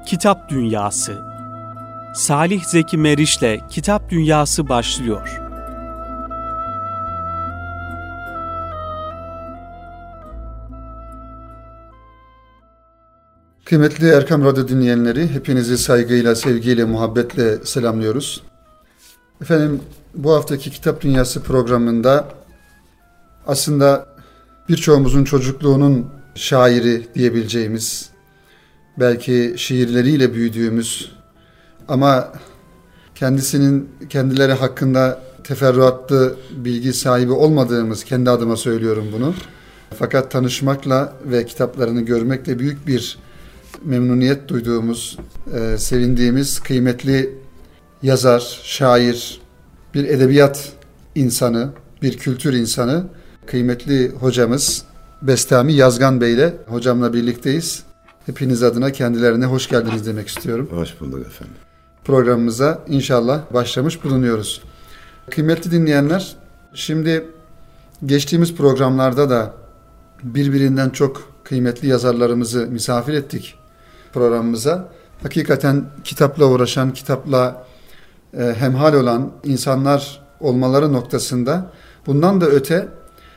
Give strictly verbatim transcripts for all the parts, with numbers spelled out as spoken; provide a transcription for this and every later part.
Kitap Dünyası. Salih Zeki Meriç'le Kitap Dünyası başlıyor. Kıymetli Erkam Radyo dinleyenleri, hepinizi saygıyla, sevgiyle, muhabbetle selamlıyoruz. Efendim, bu haftaki Kitap Dünyası programında aslında birçoğumuzun çocukluğunun şairi diyebileceğimiz, belki şiirleriyle büyüdüğümüz ama kendisinin kendileri hakkında teferruatlı bilgi sahibi olmadığımız, kendi adıma söylüyorum bunu. Fakat tanışmakla ve kitaplarını görmekle büyük bir memnuniyet duyduğumuz, e, sevindiğimiz kıymetli yazar, şair, bir edebiyat insanı, bir kültür insanı, kıymetli hocamız Bestami Yazgan Bey ile hocamla birlikteyiz. Hepiniz adına kendilerine hoş geldiniz demek istiyorum. Hoş bulduk efendim. Programımıza inşallah başlamış bulunuyoruz. Kıymetli dinleyenler, şimdi geçtiğimiz programlarda da birbirinden çok kıymetli yazarlarımızı misafir ettik programımıza. Hakikaten kitapla uğraşan, kitapla e, hemhal olan insanlar olmaları noktasında bundan da öte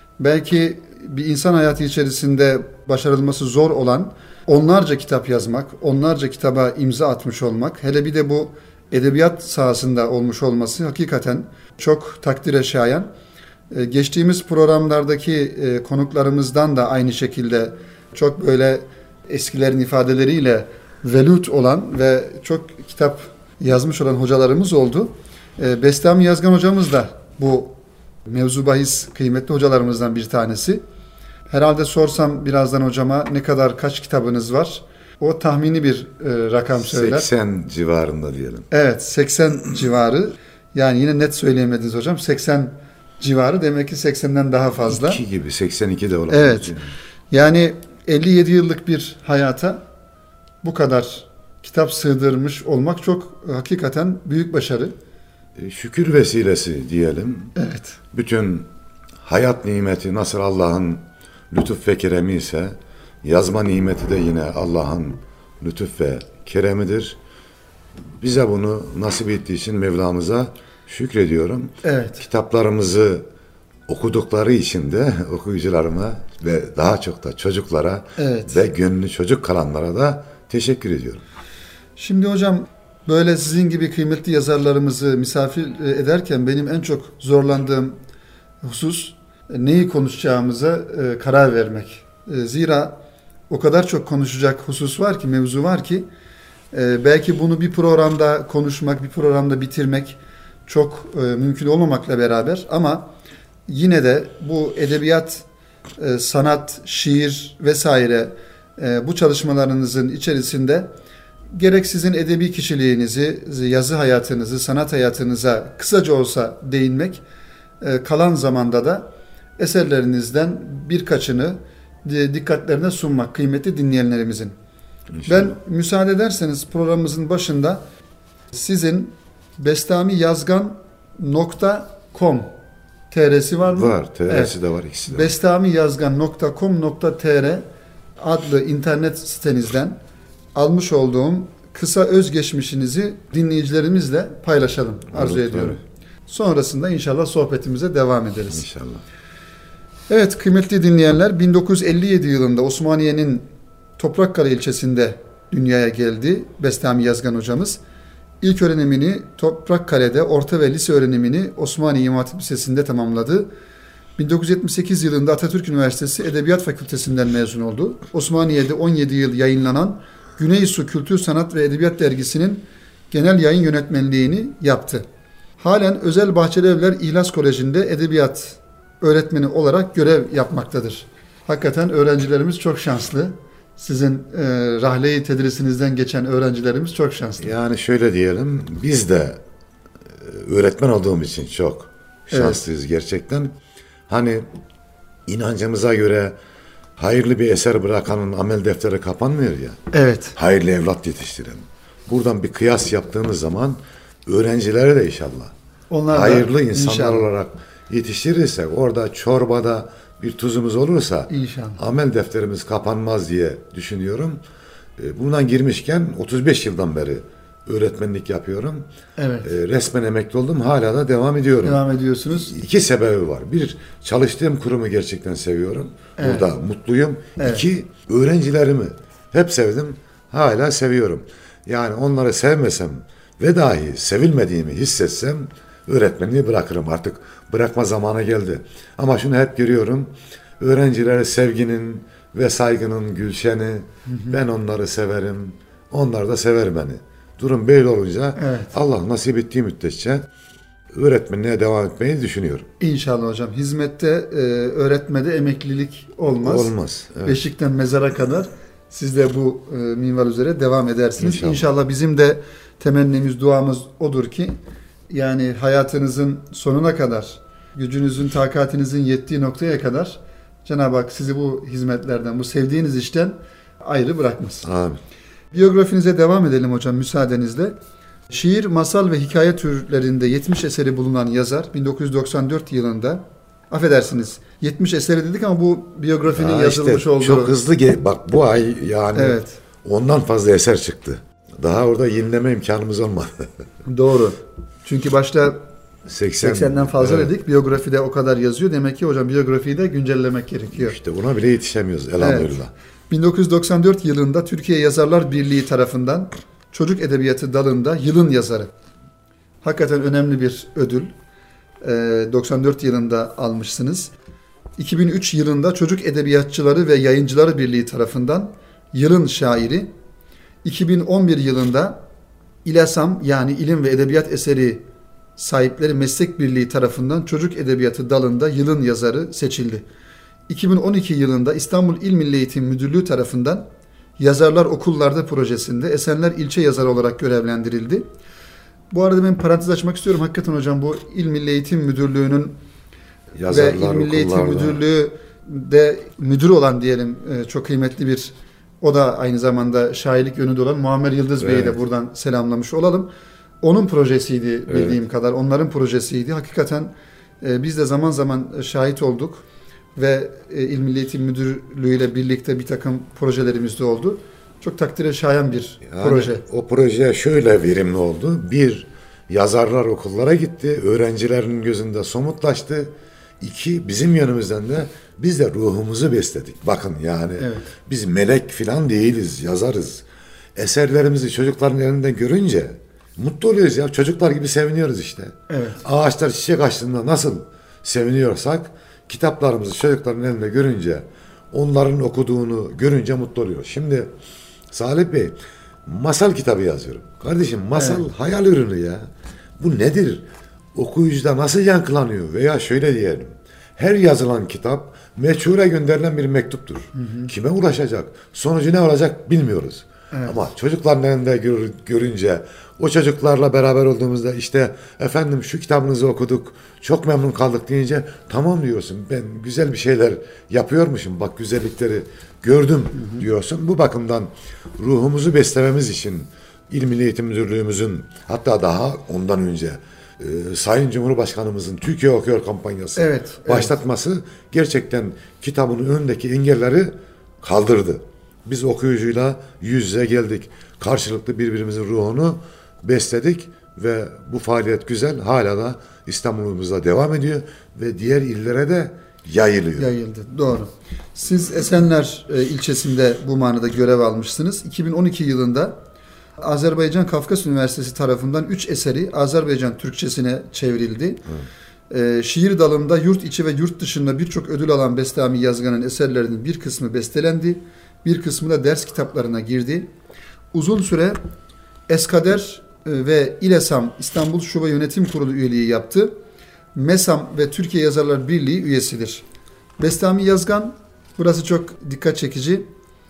belki bir insan hayatı içerisinde başarılması zor olan onlarca kitap yazmak, onlarca kitaba imza atmış olmak, hele bir de bu edebiyat sahasında olmuş olması hakikaten çok takdire şayan. Ee, geçtiğimiz programlardaki e, konuklarımızdan da aynı şekilde çok böyle eskilerin ifadeleriyle velut olan ve çok kitap yazmış olan hocalarımız oldu. Ee, Bestami Yazgan hocamız da bu mevzu bahis kıymetli hocalarımızdan bir tanesi. Herhalde sorsam birazdan hocama ne kadar, kaç kitabınız var? O tahmini bir e, rakam söyler. seksen civarında diyelim. Evet, seksen civarı. Yani yine net söyleyemediniz hocam. seksen civarı, demek ki seksenden daha fazla. iki gibi, seksen iki de olabilir. Evet. Yani elli yedi yıllık bir hayata bu kadar kitap sığdırmış olmak çok hakikaten büyük başarı. E, şükür vesilesi diyelim. Evet. Bütün hayat nimeti nasıl Allah'ın lütuf ve keremi ise yazma nimeti de yine Allah'ın lütuf ve keremidir. Bize bunu nasip ettiği için Mevlamıza şükrediyorum. Evet. Kitaplarımızı okudukları için de okuyucularıma ve daha çok da çocuklara Evet. ve gönlü çocuk kalanlara da teşekkür ediyorum. Şimdi hocam, böyle sizin gibi kıymetli yazarlarımızı misafir ederken benim en çok zorlandığım husus neyi konuşacağımıza karar vermek. Zira o kadar çok konuşacak husus var ki, mevzu var ki belki bunu bir programda konuşmak, bir programda bitirmek çok mümkün olmamakla beraber ama yine de bu edebiyat, sanat, şiir vesaire bu çalışmalarınızın içerisinde gerek sizin edebi kişiliğinizi, yazı hayatınızı, sanat hayatınıza kısaca olsa değinmek, kalan zamanda da eserlerinizden birkaçını dikkatlerine sunmak kıymetli dinleyenlerimizin. İnşallah. Ben müsaade ederseniz programımızın başında sizin bestami yazgan nokta com tr'si var mı? Var, tr'si evet. de var, ikisi de. bestami yazgan nokta com nokta tr adlı internet sitenizden almış olduğum kısa özgeçmişinizi dinleyicilerimizle paylaşalım arzu evet, ediyorum. Evet. Sonrasında inşallah sohbetimize devam ederiz. İnşallah. Evet kıymetli dinleyenler, bin dokuz yüz elli yedi yılında Osmaniye'nin Toprakkale ilçesinde dünyaya geldi Bestami Yazgan hocamız. İlk öğrenimini Toprakkale'de, orta ve lise öğrenimini Osmaniye İmam Hatip Lisesi'nde tamamladı. bin dokuz yüz yetmiş sekiz yılında Atatürk Üniversitesi Edebiyat Fakültesinden mezun oldu. Osmaniye'de on yedi yıl yayınlanan Güneysu Kültür Sanat ve Edebiyat Dergisi'nin genel yayın yönetmenliğini yaptı. Halen Özel Bahçelievler İhlas Koleji'nde edebiyat öğretmeni olarak görev yapmaktadır. Hakikaten öğrencilerimiz çok şanslı. Sizin e, rahle-i tedrisinizden geçen öğrencilerimiz çok şanslı. Yani şöyle diyelim, biz de öğretmen olduğum için çok şanslıyız evet. Gerçekten. Hani inancımıza göre hayırlı bir eser bırakanın amel defteri kapanmıyor ya. Evet. Hayırlı evlat yetiştiren. Buradan bir kıyas yaptığımız zaman öğrencilere de inşallah onlar hayırlı insanlar inşallah. Olarak yetiştirirsek, orada çorbada bir tuzumuz olursa İnşallah. Amel defterimiz kapanmaz diye düşünüyorum. E, bundan girmişken otuz beş yıldan beri öğretmenlik yapıyorum. Evet. E, resmen emekli oldum. Hala da devam ediyorum. Devam ediyorsunuz. İki sebebi var. Bir, çalıştığım kurumu gerçekten seviyorum. Evet. Burada mutluyum. Evet. İki, öğrencilerimi hep sevdim. Hala seviyorum. Yani onları sevmesem ve dahi sevilmediğimi hissetsem öğretmenliği bırakırım. Artık bırakma zamanı geldi. Ama şunu hep görüyorum. Öğrencilere sevginin ve saygının gülşeni. Hı hı. Ben onları severim. Onlar da sever beni. Durum böyle olunca evet. Allah nasip ettiği müddetçe öğretmenliğe devam etmeyi düşünüyorum. İnşallah hocam. Hizmette, e, öğretmede emeklilik olmaz. Olmaz. Evet. Beşikten mezara kadar siz de bu e, minval üzere devam edersiniz. İnşallah. İnşallah bizim de temennimiz, duamız odur ki yani hayatınızın sonuna kadar, gücünüzün, takatinizin yettiği noktaya kadar Cenab-ı Hak sizi bu hizmetlerden, bu sevdiğiniz işten ayrı bırakmasın. Amin. Biyografinize devam edelim hocam müsaadenizle. Şiir, masal ve hikaye türlerinde yetmiş eseri bulunan yazar bin dokuz yüz doksan dört yılında, affedersiniz yetmiş eseri dedik ama bu biyografinin ya yazılmış işte, olduğu. Çok hızlı ge- bak bu ay yani evet. ondan fazla eser çıktı. Daha orada yenileme imkanımız olmadı. Doğru. Çünkü başta seksen, seksenden fazla evet. dedik. Biyografide o kadar yazıyor. Demek ki hocam biyografiyi de güncellemek gerekiyor. İşte ona bile yetişemiyoruz elhamdülillah. Evet. bin dokuz yüz doksan dört yılında Türkiye Yazarlar Birliği tarafından Çocuk Edebiyatı dalında yılın yazarı. Hakikaten önemli bir ödül. doksan dört yılında almışsınız. iki bin üç yılında Çocuk Edebiyatçıları ve Yayıncıları Birliği tarafından yılın şairi. iki bin on bir yılında İLESAM yani İlim ve Edebiyat Eseri Sahipleri Meslek Birliği tarafından Çocuk Edebiyatı dalında yılın yazarı seçildi. iki bin on iki yılında İstanbul İl Milli Eğitim Müdürlüğü tarafından Yazarlar Okullarda projesinde Esenler ilçe yazarı olarak görevlendirildi. Bu arada ben parantez açmak istiyorum. Hakikaten hocam bu İl Milli Eğitim Müdürlüğü'nün Yazarlar ve İl Milli Eğitim Müdürlüğü de müdürü olan diyelim çok kıymetli bir, o da aynı zamanda şairlik yönünde olan Muammer Yıldız Bey'i evet. de buradan selamlamış olalım. Onun projesiydi bildiğim evet. kadar. Onların projesiydi. Hakikaten e, biz de zaman zaman şahit olduk ve e, İl Milli Eğitim Müdürlüğü ile birlikte bir takım projelerimiz de oldu. Çok takdire şayan bir yani proje. O proje şöyle verimli oldu. Bir, yazarlar okullara gitti. Öğrencilerin gözünde somutlaştı. İki, bizim yönümüzden de biz de ruhumuzu besledik. Bakın yani evet. biz melek falan değiliz, yazarız. Eserlerimizi çocukların elinde görünce mutlu oluyoruz ya. Çocuklar gibi seviniyoruz işte. Evet. Ağaçlar çiçek açtığında nasıl seviniyorsak kitaplarımızı çocukların elinde görünce, onların okuduğunu görünce mutlu oluyor. Şimdi Salih Bey, masal kitabı yazıyorum. Kardeşim masal evet. hayal ürünü ya. Bu nedir? Okuyucuda nasıl yankılanıyor? Veya şöyle diyelim. Her yazılan kitap meçhule gönderilen bir mektuptur. Hı hı. Kime ulaşacak? Sonucu ne olacak bilmiyoruz. Evet. Ama çocukların elinde gör, görünce, o çocuklarla beraber olduğumuzda işte efendim şu kitabınızı okuduk, çok memnun kaldık deyince tamam diyorsun, ben güzel bir şeyler yapıyormuşum, bak güzellikleri gördüm hı hı. diyorsun. Bu bakımdan ruhumuzu beslememiz için İl Milli Eğitim Müdürlüğümüzün, hatta daha ondan önce e, Sayın Cumhurbaşkanımızın Türkiye Okuyor kampanyası evet, başlatması evet. gerçekten kitabın önündeki engelleri kaldırdı. Biz okuyucuyla yüz yüze geldik. Karşılıklı birbirimizin ruhunu besledik ve bu faaliyet güzel. Hala da İstanbul'umuzda devam ediyor ve diğer illere de yayılıyor. Yayıldı. Doğru. Siz Esenler e, ilçesinde bu manada görev almışsınız. iki bin on iki yılında Azerbaycan Kafkas Üniversitesi tarafından üç eseri Azerbaycan Türkçesine çevrildi. E, şiir dalında yurt içi ve yurt dışında birçok ödül alan Bestami Yazgan'ın eserlerinin bir kısmı bestelendi. Bir kısmı da ders kitaplarına girdi. Uzun süre Eskader ve İLESAM İstanbul Şube Yönetim Kurulu üyeliği yaptı. MESAM ve Türkiye Yazarlar Birliği üyesidir. Bestami Yazgan, burası çok dikkat çekici.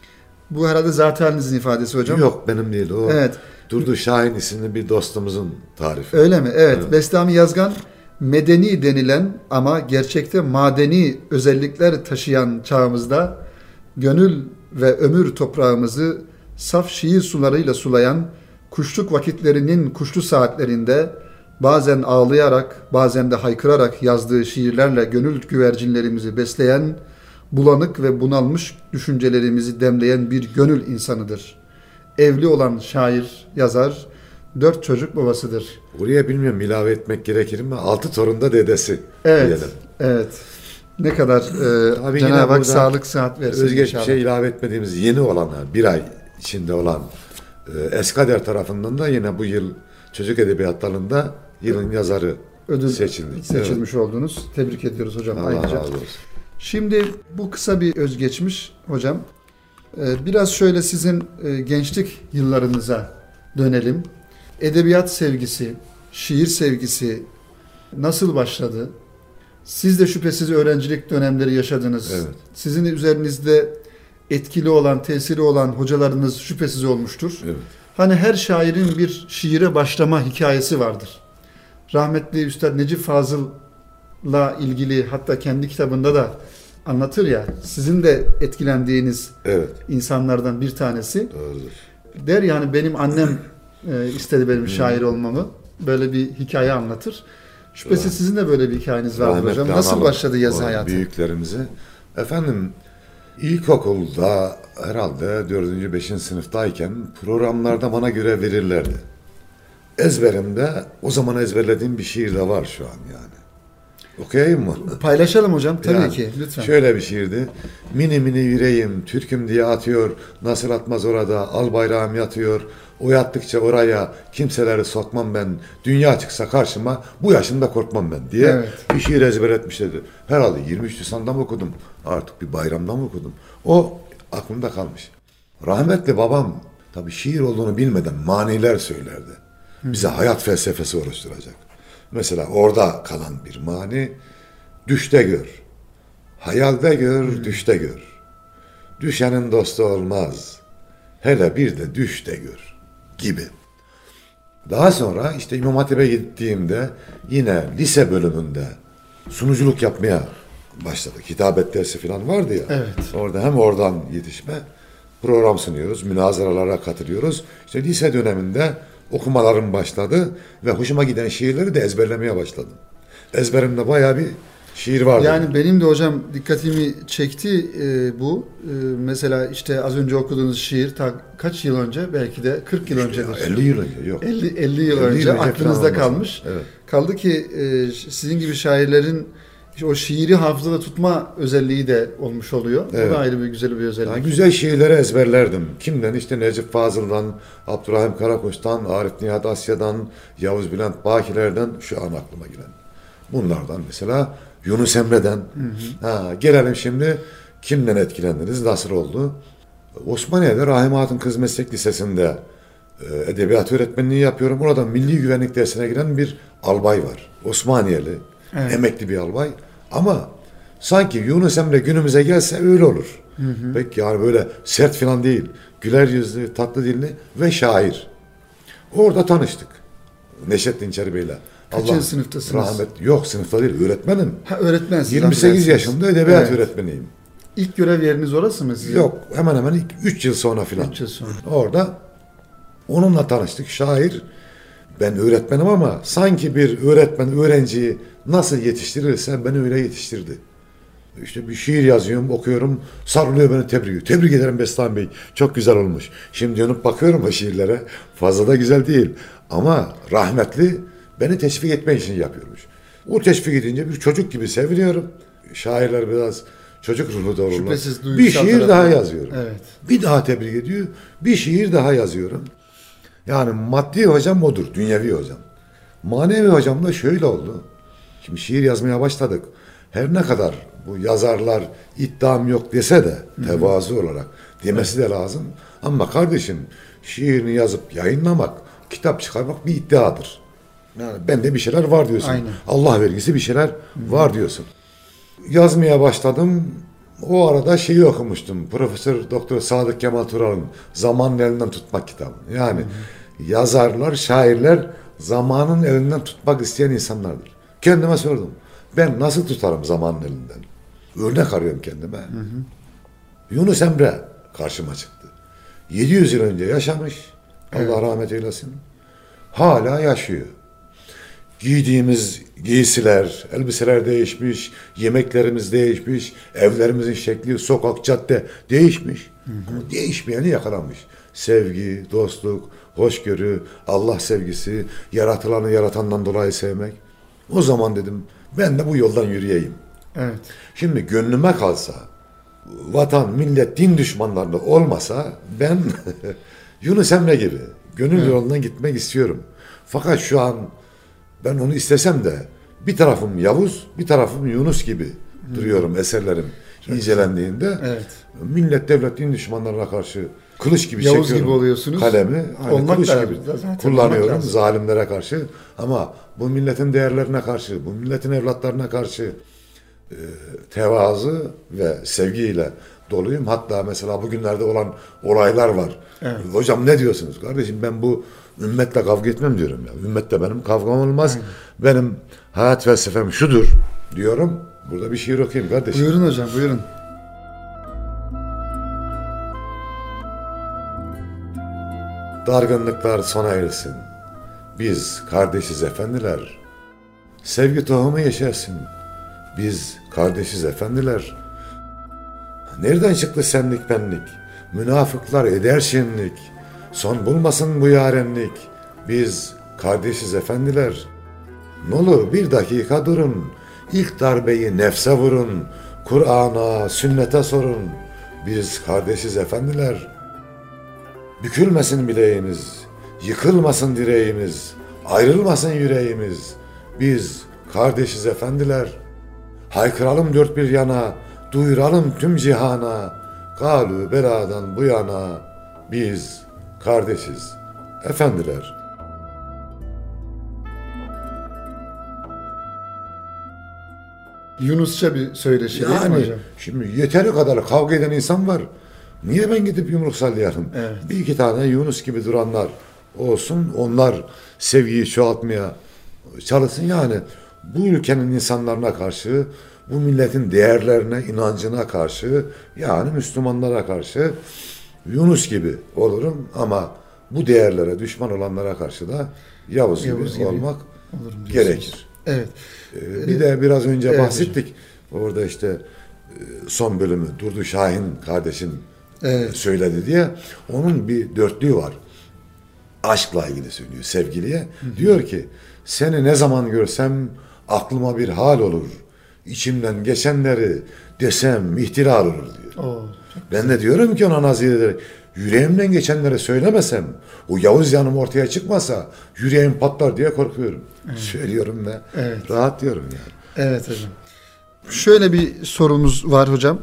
Bu herhalde zat halinizin ifadesi hocam. Yok benim değil o. Evet. Durdu Şahin isimli bir dostumuzun tarifi. Öyle mi? Evet. evet. Bestami Yazgan medeni denilen ama gerçekte madeni özellikler taşıyan çağımızda gönül ve ömür toprağımızı saf şiir sularıyla sulayan, kuşluk vakitlerinin kuşlu saatlerinde bazen ağlayarak, bazen de haykırarak yazdığı şiirlerle gönül güvercinlerimizi besleyen, bulanık ve bunalmış düşüncelerimizi demleyen bir gönül insanıdır. evli olan şair, yazar, dört çocuk babasıdır. Buraya bilmiyorum ilave etmek gerekir mi? Altı torun da dedesi. Evet, diyelim. evet. Ne kadar e, Cenab-ı Hak sağlık, sıhhat versin özgeç inşallah. bir şey ilave etmediğimiz yeni olanlar, bir ay içinde olan e, Eskader tarafından da yine bu yıl çocuk edebiyat dalında yılın yazarı ödül seçildi. seçilmiş evet. oldunuz. Tebrik ediyoruz hocam. Allah ayrıca. razı olsun. Şimdi bu kısa bir özgeçmiş hocam. E, biraz şöyle sizin e, gençlik yıllarınıza dönelim. Edebiyat sevgisi, şiir sevgisi nasıl başladı? Siz de şüphesiz öğrencilik dönemleri yaşadınız. Evet. Sizin üzerinizde etkili olan, tesiri olan hocalarınız şüphesiz olmuştur. Evet. Hani her şairin bir şiire başlama hikayesi vardır. Rahmetli Üstad Necip Fazıl'la ilgili hatta kendi kitabında da anlatır ya, sizin de etkilendiğiniz evet. insanlardan bir tanesi. Doğrudur. Der yani benim annem e, istedi benim şair olmamı. Böyle bir hikaye anlatır. Şüphesiz evet. sizin de böyle bir hikayeniz var hocam. Nasıl analım, başladı yazı hayatı? Büyüklerimizi. Efendim ilkokulda herhalde dördüncü beşinci sınıftayken programlarda bana görev verirlerdi. Ezberimde o zaman ezberlediğim bir şiir de var şu an yani. Okuyayım mı? Paylaşalım hocam tabii yani, ki lütfen. Şöyle bir şiirdi. Mini mini yüreğim Türk'üm diye atıyor. Nasıl atmaz orada al bayrağım yatıyor. O yattıkça oraya kimseleri sokmam ben. Dünya çıksa karşıma bu yaşımda korkmam ben diye evet. bir şiir ezberletmiş dedi. Herhalde yirmi üç Nisan'da mı okudum? Artık bir bayramda mı okudum? O aklımda kalmış. Rahmetli babam tabii şiir olduğunu bilmeden maniler söylerdi. Bize hayat felsefesi oluşturacak. Mesela orada kalan bir mani, düşte gör, hayalde gör, hmm. düşte gör. Düşenin dostu olmaz, hele bir de düşte gör gibi. Daha sonra işte İmam Hatip'e gittiğimde yine lise bölümünde sunuculuk yapmaya başladık. Hitabet dersi falan vardı ya. Evet. Orada hem oradan yetişme, program sunuyoruz, münazaralara katılıyoruz. İşte lise döneminde okumalarım başladı ve hoşuma giden şiirleri de ezberlemeye başladım. Ezberimde bayağı bir şiir vardı. Yani benim de hocam dikkatimi çekti e, bu. E, mesela işte az önce okuduğunuz şiir ta, kaç yıl önce? Belki de kırk yıl öncedir. Ya, elli yıl önce yok. elli, elli yıl elli önce yıl aklınızda kalmış. Evet. Kaldı ki e, sizin gibi şairlerin işte o şiiri hafızada tutma özelliği de olmuş oluyor. Evet. O da ayrı bir güzel bir özellik. Yani güzel şiirleri ezberlerdim. Kimden? İşte Necip Fazıl'dan, Abdurrahim Karakoç'tan, Arif Nihat Asya'dan, Yavuz Bülent Bakiler'den şu an aklıma gelen. Bunlardan mesela Yunus Emre'den. Hı hı. Ha, gelelim şimdi kimden etkilendiniz, nasıl oldu? Osmaniye'de Rahime Hatun Kız Meslek Lisesi'nde e, edebiyat öğretmenliği yapıyorum. Orada milli güvenlik dersine giren bir albay var. Osmaniyeli, evet. emekli bir albay. Ama sanki Yunus Emre günümüze gelse öyle olur. Hı hı. Peki yani böyle sert falan değil. Güler yüzlü, tatlı dilli ve şair. Orada tanıştık. Neşet Dinçer Bey'le. Kaçıncı sınıftasınız? Rahmet. Yok sınıfta değil, öğretmenim. Ha, öğretmensiniz. yirmi sekiz yaşında edebiyat evet. öğretmeniyim. İlk görev yeriniz orası mı sizin? Yok, hemen hemen ilk üç yıl sonra filan. üç yıl sonra. Orada onunla tanıştık. Şair, ben öğretmenim ama sanki bir öğretmen öğrenciyi nasıl yetiştirirse beni öyle yetiştirdi. İşte bir şiir yazıyorum, okuyorum, sarılıyor beni, tebrik ediyor. Tebrik ederim Bestami Bey, çok güzel olmuş. Şimdi dönüp bakıyorum o şiirlere, fazla da güzel değil. Ama rahmetli beni teşvik etme için yapıyormuş. O teşvik edince bir çocuk gibi seviniyorum. Şairler biraz çocuk ruhu da olurlar. Bir şiir daha yazıyorum. Evet. Bir daha tebrik ediyor, bir şiir daha yazıyorum. Yani maddi hocam odur, dünyevi hocam. Manevi hocam da şöyle oldu. Şimdi şiir yazmaya başladık. Her ne kadar bu yazarlar iddiam yok dese de tevazu Hı-hı. olarak demesi evet. de lazım. Ama kardeşim şiirini yazıp yayınlamak, kitap çıkarmak bir iddiadır. Yani bende bir şeyler var diyorsun. Aynen. Allah vergisi bir şeyler Hı-hı. var diyorsun. Yazmaya başladım. O arada şeyi okumuştum. Profesör Doktor Sadık Kemal Tural'ın Zamanın Elinden Tutmak kitabı. Yani Hı-hı. yazarlar, şairler zamanın elinden tutmak isteyen insanlardır. Kendime sordum. Ben nasıl tutarım zamanın elinden? Örnek arıyorum kendime. Hı hı. Yunus Emre karşıma çıktı. yedi yüz yıl önce yaşamış. Evet. Allah rahmet eylesin. Hala yaşıyor. Giydiğimiz giysiler, elbiseler değişmiş, yemeklerimiz değişmiş, evlerimizin şekli, sokak, cadde değişmiş. Hı hı. Değişmeyeni yakalamış. Sevgi, dostluk, hoşgörü, Allah sevgisi, yaratılanı yaratandan dolayı sevmek. O zaman dedim ben de bu yoldan yürüyeyim. Evet. Şimdi gönlüme kalsa, vatan, millet, din düşmanlarında olmasa ben Yunus Emre gibi gönül evet. yolundan gitmek istiyorum. Fakat şu an ben onu istesem de bir tarafım Yavuz, bir tarafım Yunus gibi Hı. duruyorum eserlerim Çok incelendiğinde. Evet. Millet, devlet, din düşmanlarına karşı kılıç gibi Yavuz çekiyorum. Gibi oluyorsunuz. Kalemi hani kılıç da, gibi da kullanıyorum zalimlere karşı. Ama bu milletin değerlerine karşı, bu milletin evlatlarına karşı e, tevazu ve sevgiyle doluyum. Hatta mesela bugünlerde olan olaylar var. Evet. Hocam ne diyorsunuz? Kardeşim ben bu ümmetle kavga etmem diyorum ya. Ümmetle benim kavgam olmaz. Aynen. Benim hayat felsefem şudur diyorum. Burada bir şiir okuyayım kardeşim. Buyurun hocam, buyurun. Dargınlıklar sona ersin. Biz kardeşiz efendiler. Sevgi tohumu yeşersin. Biz kardeşiz efendiler. Nereden çıktı senlik benlik? Münafıklar eder şenlik. Son bulmasın bu yarenlik. Biz kardeşiz efendiler. N'olur bir dakika durun. İlk darbeyi nefse vurun. Kur'an'a, sünnete sorun. Biz kardeşiz efendiler. Bükülmesin bileğimiz. Yıkılmasın direğimiz. Ayrılmasın yüreğimiz. Biz kardeşiz efendiler. Haykıralım dört bir yana. Duyuralım tüm cihana. Galu beladan bu yana. Biz kardeşiz efendiler. Yunusça bir söyleşi yani, değil mi hocam? Şimdi yeteri kadar kavga eden insan var. Niye ben gidip yumruk sallayalım? Evet. Bir iki tane Yunus gibi duranlar olsun. Onlar sevgiyi çoğaltmaya çalışsın. Yani bu ülkenin insanlarına karşı, bu milletin değerlerine, inancına karşı, yani Müslümanlara karşı Yunus gibi olurum ama bu değerlere düşman olanlara karşı da Yavuz, Yavuz gibi, gibi olmak gerekir. Evet. Ee, bir ee, de biraz önce evet, bahsettik. Hocam. Orada işte son bölümü Durdu Şahin kardeşim evet. söyledi diye. Onun bir dörtlüğü var. Aşkla ilgili söylüyor sevgiliye. Hı-hı. Diyor ki seni ne zaman görsem aklıma bir hal olur. İçimden geçenleri desem ihtilal olur diyor. Oo, ben de diyorum ki ona nazir ederek yüreğimden geçenleri söylemesem, o Yavuz yanım ortaya çıkmasa yüreğim patlar diye korkuyorum. Evet. Söylüyorum ve evet. rahat diyorum yani. Evet hocam. Şöyle bir sorumuz var hocam.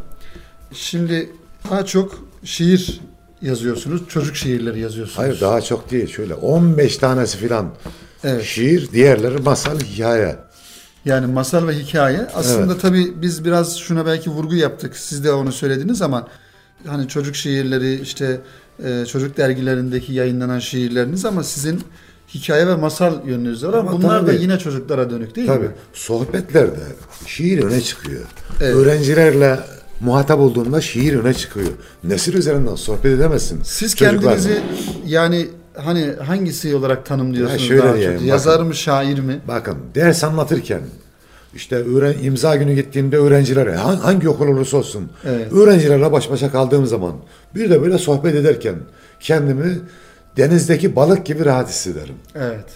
Şimdi daha çok şiir yazıyorsunuz, çocuk şiirleri yazıyorsunuz. Hayır daha çok değil, şöyle on beş tanesi filan evet. şiir, diğerleri masal, hikaye. Yani masal ve hikaye. Aslında evet. tabii biz biraz şuna belki vurgu yaptık. Siz de onu söylediniz ama hani çocuk şiirleri işte e, çocuk dergilerindeki yayınlanan şiirleriniz ama sizin hikaye ve masal yönünüz var ama, ama bunlar tabii, da yine çocuklara dönük değil tabii, mi? Sohbetlerde şiir öne çıkıyor. Evet. Öğrencilerle muhatap olduğunda şiir öne çıkıyor. Nesir üzerinden sohbet edemezsin. Siz kendinizi yani hani hangisi olarak tanımlıyorsunuz ya daha çok? Yazar mı, şair mi? Bakın ders anlatırken işte öğren, imza günü gittiğimde öğrencilere hangi okul olursa olsun evet. öğrencilerle baş başa kaldığım zaman bir de böyle sohbet ederken kendimi denizdeki balık gibi rahat hissederim. Evet.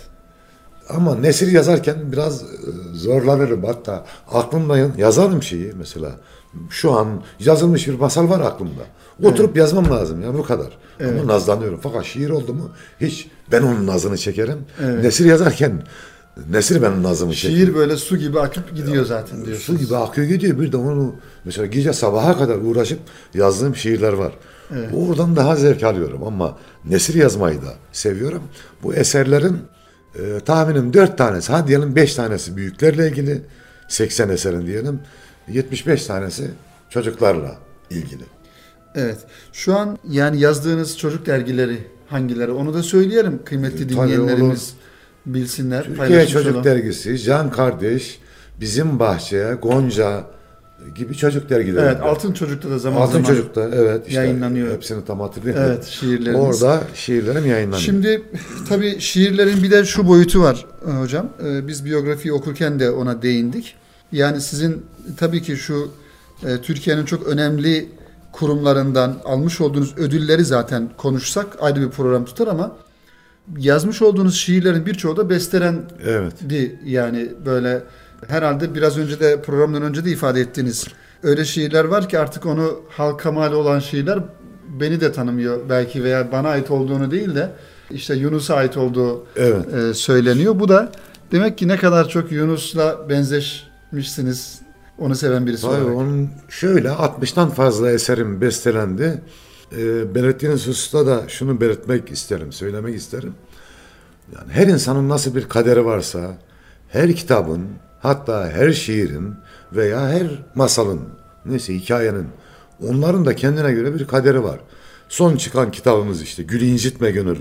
Ama nesir yazarken biraz zorlanırım. Hatta aklımda yazarım şeyi mesela. Şu an yazılmış bir masal var aklımda. Oturup evet. yazmam lazım yani bu kadar. Evet. Ama nazlanıyorum. Fakat şiir oldu mu hiç ben onun nazını çekerim. Evet. Nesir yazarken nesir benim nazımı çekiyor. Şiir böyle su gibi akıp gidiyor zaten diyorsunuz. Su gibi akıyor gidiyor. Bir de onu mesela gece sabaha kadar uğraşıp yazdığım şiirler var. Evet. Oradan daha zevk alıyorum ama nesir yazmayı da seviyorum. Bu eserlerin e, tahminim dört tanesi, hadi diyelim beş tanesi büyüklerle ilgili, seksen eserin diyelim, yetmiş beş tanesi çocuklarla ilgili. Evet. Şu an yani yazdığınız çocuk dergileri hangileri? Onu da söyleyelim kıymetli dinleyenlerimiz bilsinler. Türkiye Çocuk olan. Dergisi, Can Kardeş, Bizim Bahçe, Gonca, gibi çocuk dergileri. Evet, Altın Çocuk'ta da zaman Altın zaman Çocuk'ta evet işte yayınlanıyor. Hepsini tam hatırlayamıyorum. Evet, şiirleriniz. Orada şiirlerim yayınlanıyor. Şimdi tabii şiirlerin bir de şu boyutu var hocam. Ee, biz biyografiyi okurken de ona değindik. Yani sizin tabii ki şu e, Türkiye'nin çok önemli kurumlarından almış olduğunuz ödülleri zaten konuşsak ayrı bir program tutar ama yazmış olduğunuz şiirlerin birçoğu da bestelendi. Evet. Yani böyle herhalde biraz önce de programdan önce de ifade ettiğiniz öyle şiirler var ki artık onu halka mal olan şiirler beni de tanımıyor belki veya bana ait olduğunu değil de işte Yunus'a ait olduğu evet. e, söyleniyor. Bu da demek ki ne kadar çok Yunus'la benzeşmişsiniz onu seven birisi Hayır, olarak. Onun şöyle altmıştan fazla eserim bestelendi. E, belirttiğiniz hususta da şunu belirtmek isterim, söylemek isterim. Yani her insanın nasıl bir kaderi varsa her kitabın hatta her şiirin veya her masalın neyse hikayenin onların da kendine göre bir kaderi var. Son çıkan kitabımız işte Gül İncitme Gönül.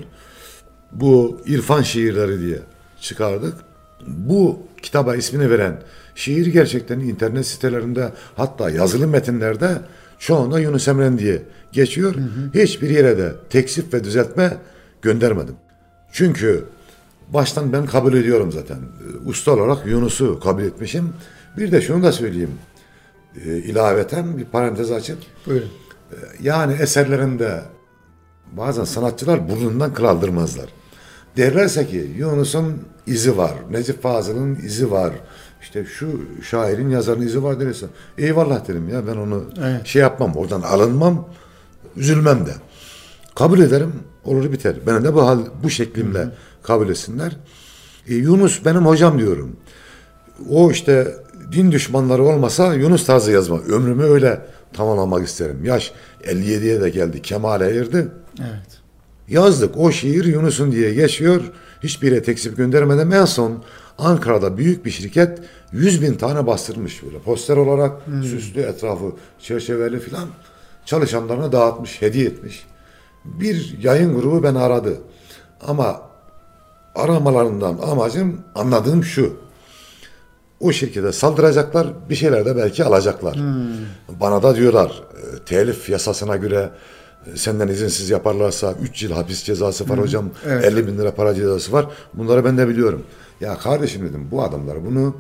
Bu irfan şiirleri diye çıkardık. Bu kitaba ismini veren şiir gerçekten internet sitelerinde hatta yazılı metinlerde çoğunda Yunus Emre diye geçiyor. Hı hı. Hiçbir yere de teksif ve düzeltme göndermedim. Çünkü baştan ben kabul ediyorum zaten. Usta olarak Yunus'u kabul etmişim. Bir de şunu da söyleyeyim. E, ilaveten bir parantez açıp. Buyurun. E, yani eserlerinde bazen sanatçılar burnundan kıl aldırmazlar. Derlerse ki Yunus'un izi var. Necip Fazıl'ın izi var. İşte şu şairin yazarın izi var derse. Eyvallah derim ya ben onu evet. şey yapmam. Oradan alınmam. Üzülmem de. Kabul ederim. Olur biter. Ben de bu hal bu şeklimle hı-hı. kabul etsinler. E, Yunus benim hocam diyorum. O işte din düşmanları olmasa Yunus tarzı yazma. Ömrümü öyle tamamlamak isterim. Yaş elli yediye de geldi. Kemale erdi. Evet. Yazdık. O şiir Yunus'un diye geçiyor. Hiçbir yere teksip göndermeden en son Ankara'da büyük bir şirket yüz bin tane bastırmış böyle. Poster olarak hmm. süslü etrafı çerçeveli filan çalışanlarına dağıtmış, hediye etmiş. Bir yayın grubu beni aradı. Ama aramalarından amacım anladığım şu. O şirkete saldıracaklar, bir şeyler de belki alacaklar. Hmm. Bana da diyorlar, telif yasasına göre senden izinsiz yaparlarsa üç yıl hapis cezası var hmm. hocam, evet. elli bin lira para cezası var. Bunları ben de biliyorum. Ya kardeşim dedim, bu adamlar bunu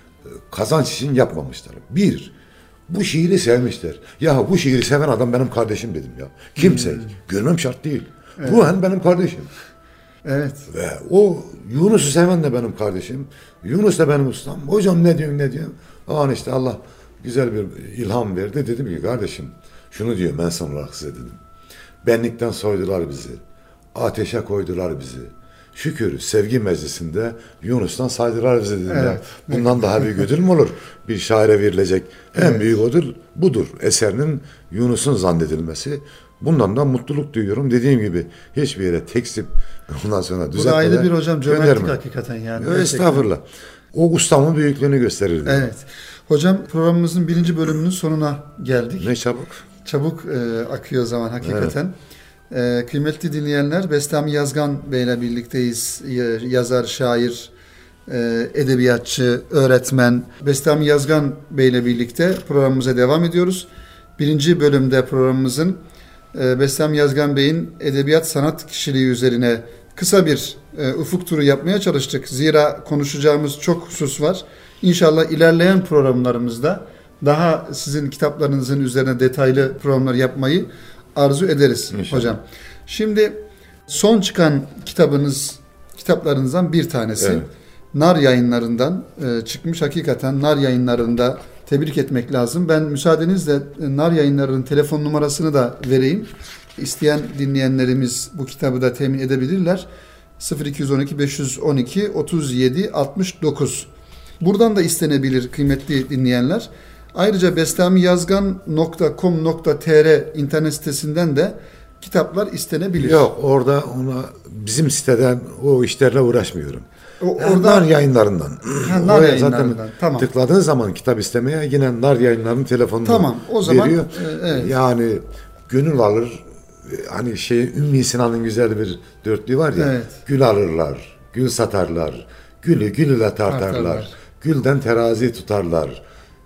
kazanç için yapmamışlar. Bir, bu şiiri sevmişler. Ya bu şiiri seven adam benim kardeşim dedim ya. Kimse, hmm. görmem şart değil. Evet. Ruhen benim kardeşim. Evet. Ve o Yunus'u seven de benim kardeşim. Yunus da benim ustam. Hocam ne diyorsun ne diyorsun? Aman işte Allah güzel bir ilham verdi. Dedim ki kardeşim şunu diyor ben son olarak size dedim. Benlikten soydular bizi. Ateşe koydular bizi. Şükür sevgi meclisinde Yunus'tan saydılar bizi dedim evet. ya. Bundan daha büyük ödül mü olur? Bir şaire verilecek en evet. büyük ödül budur. Eserinin Yunus'un zannedilmesi. Bundan da mutluluk duyuyorum. Dediğim gibi hiçbir yere teksip ondan sonra düzeltmeden. Bu da ayrı bir hocam cömertlik hakikaten yani. Öyle estağfurullah. O ustamın büyüklüğünü gösterir. Evet. Hocam programımızın birinci bölümünün sonuna geldik. Ne çabuk. Çabuk e, akıyor zaman hakikaten. Evet. E, kıymetli dinleyenler, Bestami Yazgan Bey'le birlikteyiz. Yazar, şair, e, edebiyatçı, öğretmen. Bestami Yazgan Bey'le birlikte programımıza devam ediyoruz. Birinci bölümde programımızın Bestami Yazgan Bey'in edebiyat sanat kişiliği üzerine kısa bir e, ufuk turu yapmaya çalıştık. Zira konuşacağımız çok husus var. İnşallah ilerleyen programlarımızda daha sizin kitaplarınızın üzerine detaylı programlar yapmayı arzu ederiz İnşallah. Hocam. Şimdi son çıkan kitabınız, kitaplarınızdan bir tanesi. Evet. Nar Yayınları'ndan e, çıkmış. Hakikaten Nar Yayınları'nda tebrik etmek lazım. Ben müsaadenizle Nar Yayınları'nın telefon numarasını da vereyim. İsteyen dinleyenlerimiz bu kitabı da temin edebilirler. sıfır iki on iki beş yüz on iki otuz yedi altmış dokuz. Buradan da istenebilir kıymetli dinleyenler. Ayrıca bestami yazgan nokta com nokta tr internet sitesinden de kitaplar istenebilir. Yok, orada ona bizim siteden o işlerle uğraşmıyorum. O, yani Nar Yayınları'ndan. Ha, Nar Yayınları'ndan. Tamam. Tıkladığın zaman kitap istemeye yine Nar Yayınları'nın telefonunu tamam, o zaman, veriyor. E, evet. Yani gönül alır. Hani şey Ümmü Sinan'ın güzel bir dörtlüğü var ya. Evet. Gül alırlar, gül satarlar, gülü gül ile tartarlar, tartarlar. Gülden terazi tutarlar.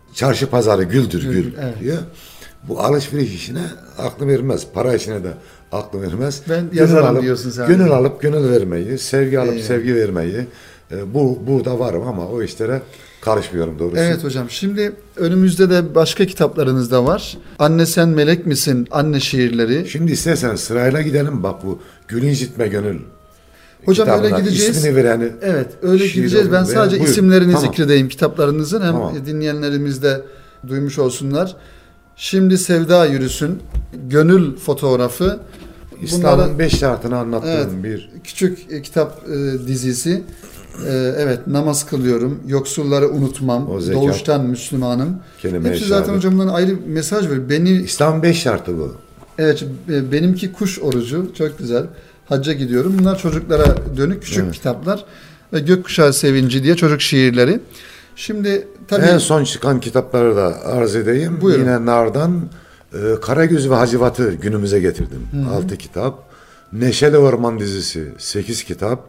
çarşı pazarı güldür gül, Gül, evet. diyor. Bu alışveriş işine aklı vermez. Para işine de aklı vermez. Ben Gönül yazarım alıp, diyorsun sen. Gönül alıp gönül vermeyi, sevgi alıp Evet. sevgi vermeyi. E, bu burada varım ama o işlere karışmıyorum doğrusu. Evet hocam. Şimdi önümüzde de başka kitaplarınız da var. Anne sen melek misin? Anne şiirleri. Şimdi istersen sırayla gidelim. Bak bu Gül incitme gönül. Hocam öyle kitabına gideceğiz. İsmini vereni. Evet, öyle şiir gideceğiz. Ben veya- sadece buyur. isimlerini Tamam. zikredeyim kitaplarınızın. Hem Tamam. dinleyenlerimiz de duymuş olsunlar. Şimdi Sevda Yürüsün, Gönül Fotoğrafı. İslam'ın Bunlara- beş şartını anlattığım Evet. bir Küçük e, kitap e, dizisi. E, evet, namaz kılıyorum, yoksulları unutmam, O zekat, doğuştan Müslümanım. kelime-i Hepsi zaten şehadet. hocamdan ayrı bir mesaj veriyor. Beni, İslam'ın beş şartı bu. evet, e, benimki kuş orucu, çok güzel. Hacca gidiyorum. Bunlar çocuklara dönük küçük Evet. kitaplar. Ve Gökkuşağı Sevinci diye çocuk şiirleri. Şimdi tabii En son çıkan kitapları da arz edeyim. Buyurun. Yine Nar'dan e, Karagöz ve Hacivat'ı günümüze getirdim. altı kitap. Neşeli Orman dizisi sekiz kitap.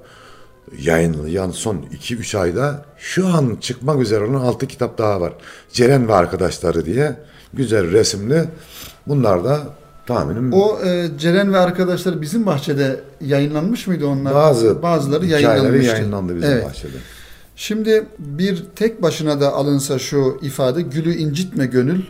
Yayınlayan son iki üç ayda şu an çıkmak üzere olan altı kitap daha var. Ceren ve Arkadaşları diye güzel resimli. Bunlar da tahminim o e, Ceren ve arkadaşları bizim bahçede yayınlanmış mıydı onlar? bazı Bazıları hikayeleri yayınlanmıştı. yayınlandı bizim Evet. bahçede. Şimdi bir tek başına da alınsa şu ifade gülü incitme gönül,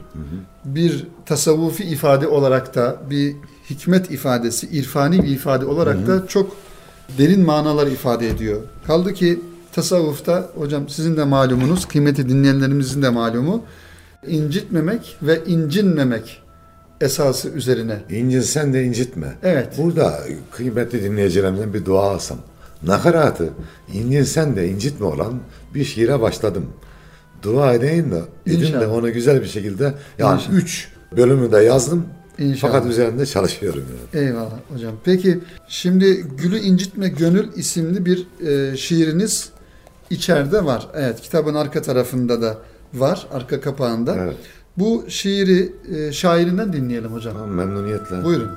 bir tasavvufi ifade olarak da bir hikmet ifadesi, irfani bir ifade olarak da çok derin manalar ifade ediyor. Kaldı ki tasavvufta hocam sizin de malumunuz, kıymeti dinleyenlerimizin de malumu, incitmemek ve incinmemek esası üzerine. İncinsen de incitme. Evet. Burada kıymetli dinleyicilerimden bir dua alsam. Nakaratı incinsen de incitme olan bir şiire başladım. Dua edeyim de, edin de İnşallah. onu güzel bir şekilde, yani İnşallah. üç bölümü de yazdım. İnşallah. Fakat üzerinde çalışıyorum yani. Eyvallah hocam. Peki şimdi Gülü İncitme Gönül isimli bir e, şiiriniz içeride var. Evet, kitabın arka tarafında da var, arka kapağında. Evet. Bu şiiri e, şairinden dinleyelim hocam. Tamam, memnuniyetle. Buyurun.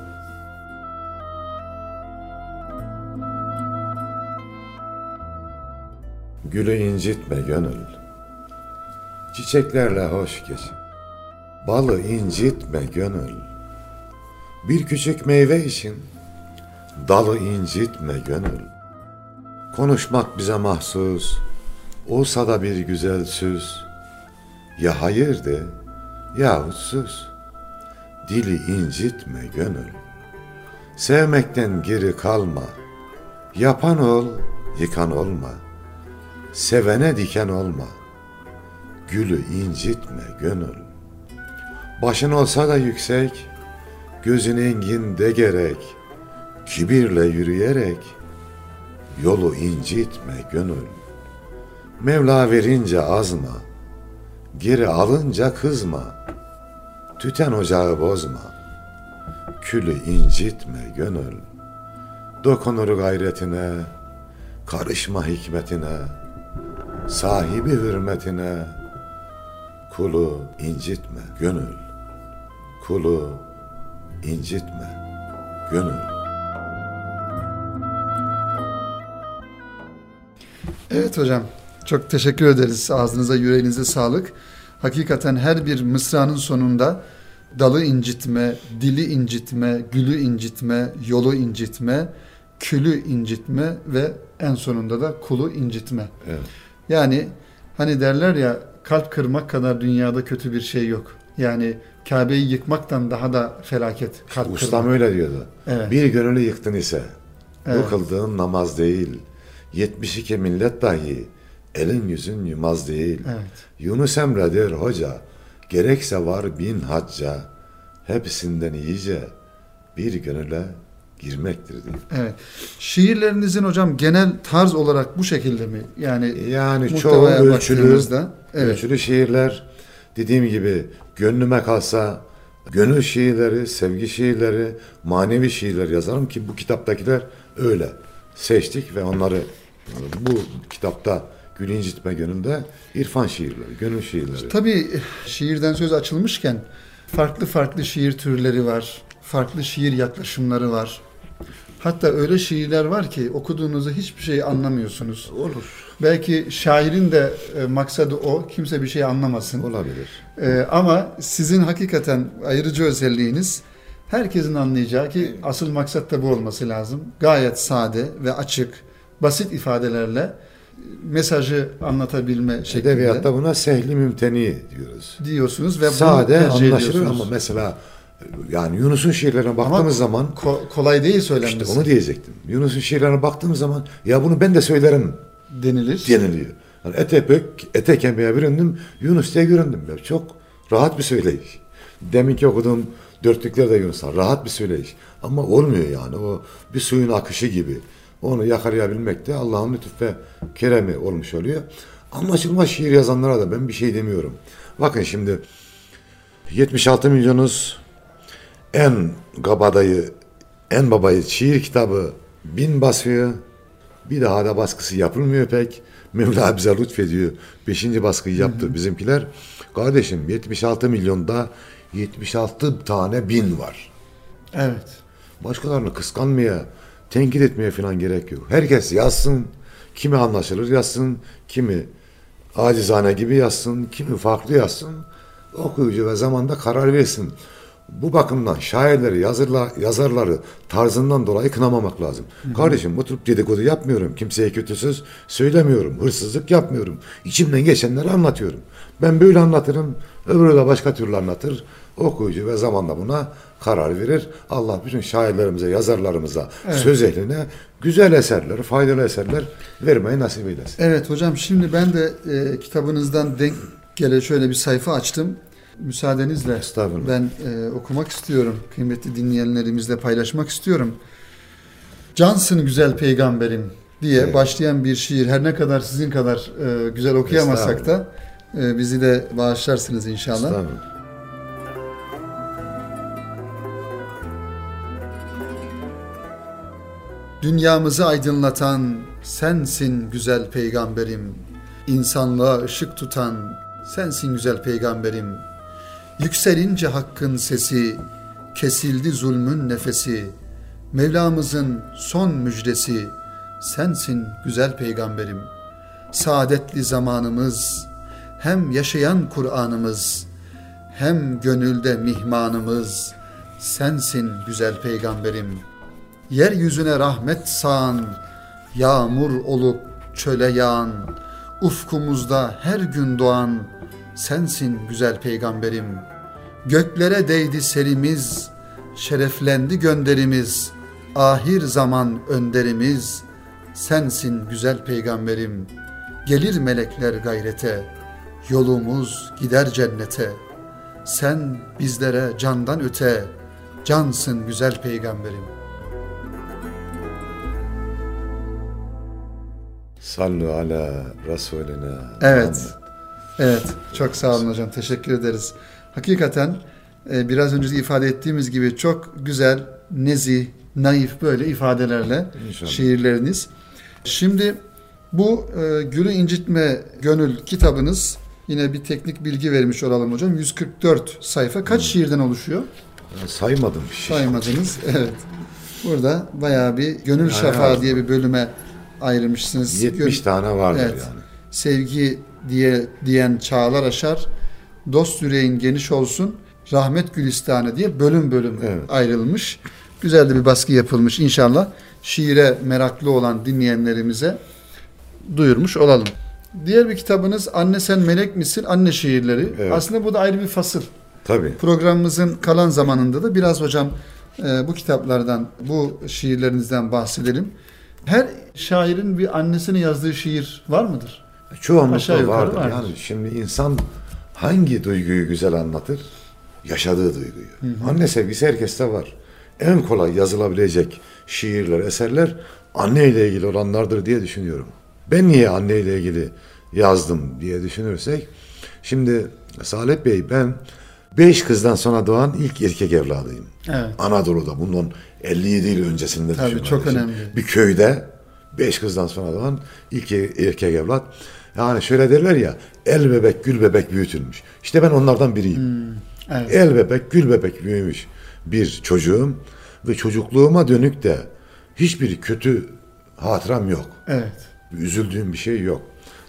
Gülü incitme gönül, çiçeklerle hoş geç. Balı incitme gönül, bir küçük meyve için dalı incitme gönül. Konuşmak bize mahsus, olsa da bir güzel söz, ya hayır de yahut sus. Dili incitme gönül, sevmekten geri kalma, yapan ol, yıkan olma. Sevene diken olma, gülü incitme gönül. Başın olsa da yüksek, gözün engin de gerek, kibirle yürüyerek, yolu incitme gönül. Mevla verince azma, geri alınca kızma, tüten ocağı bozma, külü incitme gönül. Dokunur gayretine, karışma hikmetine, sahibi hürmetine, kulu incitme gönül, kulu incitme gönül. Evet hocam, çok teşekkür ederiz. Ağzınıza, yüreğinize sağlık. Hakikaten her bir mısranın sonunda dalı incitme, dili incitme, gülü incitme, yolu incitme, külü incitme ve en sonunda da kulu incitme. Evet. Yani hani derler ya, kalp kırmak kadar dünyada kötü bir şey yok. Yani Kabe'yi yıkmaktan daha da felaket kalp Ustam kırmak. öyle diyordu. Evet. Bir gönülü yıktın ise, Evet. bu kıldığın namaz değil, yetmiş iki millet dahi elin yüzün yumaz değil. Evet. Yunus Emre'dir hoca, gerekse var bin hacca, hepsinden iyice bir gönüle girmektir diye. Evet. Şiirlerinizin hocam genel tarz olarak bu şekilde mi? Yani Yani çoğu muhtevaya ölçülü, baktığımızda, evet. ölçülü şiirler, dediğim gibi gönlüme kalsa gönül şiirleri, sevgi şiirleri, manevi şiirler yazarım ki bu kitaptakiler öyle. Seçtik ve onları bu kitapta Gül İncitme Gönül'de irfan şiirleri, gönül şiirleri. Tabii şiirden söz açılmışken farklı farklı şiir türleri var. Farklı şiir yaklaşımları var. Hatta öyle şiirler var ki okuduğunuzda hiçbir şey anlamıyorsunuz. Olur. Belki şairin de e, maksadı o. Kimse bir şey anlamasın. Olabilir. E, ama sizin hakikaten ayrıcı özelliğiniz herkesin anlayacağı ki asıl maksat da bu olması lazım. Gayet sade ve açık, basit ifadelerle mesajı anlatabilme şeklinde. Edebiyatta buna sehli mümteni diyoruz. Diyorsunuz ve sade bunu anlaşılır ama mesela yani Yunus'un şiirlerine baktığımız ama zaman ko- kolay değil söylenmesi. İşte onu diyecektim. Yunus'un şiirlerine baktığımız zaman ya bunu ben de söylerim denilir. Deniliyor. Yani ete pök, ete kemiğe büründüm, Yunus diye göründüm. Ya. Çok rahat bir söyleyiş. Deminki okuduğum dörtlükler de Yunus'tan rahat bir söyleyiş. Ama olmuyor yani. O bir suyun akışı gibi. Onu yakalayabilmek de Allah'ın lütuf ve keremi olmuş oluyor. Anlaşılmaz şiir yazanlara da ben bir şey demiyorum. Bakın şimdi yetmiş altı milyonuz, en kabadayı, en babayı şiir kitabı bin basıyor. Bir daha da baskısı yapılmıyor pek. Mevla bize lütfediyor. Beşinci baskıyı yaptı hı hı. bizimkiler. Kardeşim yetmiş altı milyonda yetmiş altı tane bin var. Evet. Başkalarını kıskanmaya, tenkit etmeye falan gerek yok. Herkes yazsın. Kimi anlaşılır yazsın. Kimi acizane gibi yazsın. Kimi farklı yazsın. Okuyucu ve zamanda karar versin. Bu bakımdan şairleri, yazırlar, yazarları tarzından dolayı kınamamak lazım. Hı hı. Kardeşim oturup dedikodu yapmıyorum. Kimseye kötü söz söylemiyorum. Hırsızlık yapmıyorum. İçimden geçenleri anlatıyorum. Ben böyle anlatırım. Öbürü de başka türlü anlatır. Okuyucu ve zamanda buna karar verir. Allah bütün şairlerimize, yazarlarımıza, evet. söz ehline güzel eserler, faydalı eserler vermeyi nasip eylesin. Evet hocam, şimdi ben de e, kitabınızdan denk gele şöyle bir sayfa açtım. Müsaadenizle ben e, okumak istiyorum. Kıymetli dinleyenlerimizle paylaşmak istiyorum. Cansın güzel peygamberim diye evet. başlayan bir şiir. Her ne kadar sizin kadar e, güzel okuyamasak da e, bizi de bağışlarsınız inşallah. Dünyamızı aydınlatan sensin güzel peygamberim. İnsanlığa ışık tutan sensin güzel peygamberim. Yükselince hakkın sesi, kesildi zulmün nefesi. Mevlamızın son müjdesi, sensin güzel peygamberim. Saadetli zamanımız, hem yaşayan Kur'an'ımız, hem gönülde mihmanımız, sensin güzel peygamberim. Yeryüzüne rahmet sağan, yağmur olup çöle yağan, ufkumuzda her gün doğan, sensin güzel peygamberim. Göklere değdi serimiz, şereflendi gönderimiz, ahir zaman önderimiz, sensin güzel peygamberim. Gelir melekler gayrete, yolumuz gider cennete. Sen bizlere candan öte, cansın güzel peygamberim. Sallu ala Resulina. Evet. Evet. Çok sağ olun hocam. Teşekkür ederiz. Hakikaten e, biraz önce ifade ettiğimiz gibi çok güzel, nezih, naif böyle ifadelerle İnşallah. şiirleriniz. Şimdi bu e, Gülü İncitme Gönül kitabınız, yine bir teknik bilgi vermiş olalım hocam. yüz kırk dört sayfa. Kaç hmm. şiirden oluşuyor? Ya saymadım. Saymadınız. Evet. Burada bayağı bir Gönül yani Şafağı yani. diye bir bölüme ayırmışsınız. yetmiş Gön- tane vardır evet. yani. Sevgi diye diyen çağlar aşar, dost yüreğin geniş olsun, rahmet gülistanı diye bölüm bölüm evet. ayrılmış. Güzel de bir baskı yapılmış. İnşallah şiire meraklı olan dinleyenlerimize duyurmuş olalım. Diğer bir kitabınız Anne Sen Melek Misin? Anne Şiirleri. Evet. Aslında bu da ayrı bir fasıl. Tabii. Programımızın kalan zamanında da biraz hocam e, bu kitaplardan, bu şiirlerinizden bahsedelim. Her şairin bir annesine yazdığı şiir var mıdır? Çoğunlukla vardır. vardır. Yani şimdi insan hangi duyguyu güzel anlatır? Yaşadığı duyguyu. Hı hı. Anne sevgisi herkeste var. En kolay yazılabilecek şiirler, eserler anne ile ilgili olanlardır diye düşünüyorum. Ben niye anne ile ilgili yazdım diye düşünürsek, şimdi Salih Bey, ben beş kızdan sonra doğan ilk erkek evladıyım. Evet. Anadolu'da bundan elli yedi yıl öncesinde Tabii düşünüyorum. çok önemli. Bir köyde beş kızdan sonra doğan ilk erkek evlat. Yani şöyle derler ya, el bebek gül bebek büyütülmüş. İşte ben onlardan biriyim. Hmm, evet. El bebek gül bebek büyümüş bir çocuğum ve çocukluğuma dönük de hiçbir kötü hatıram yok. Evet. Üzüldüğüm bir şey yok.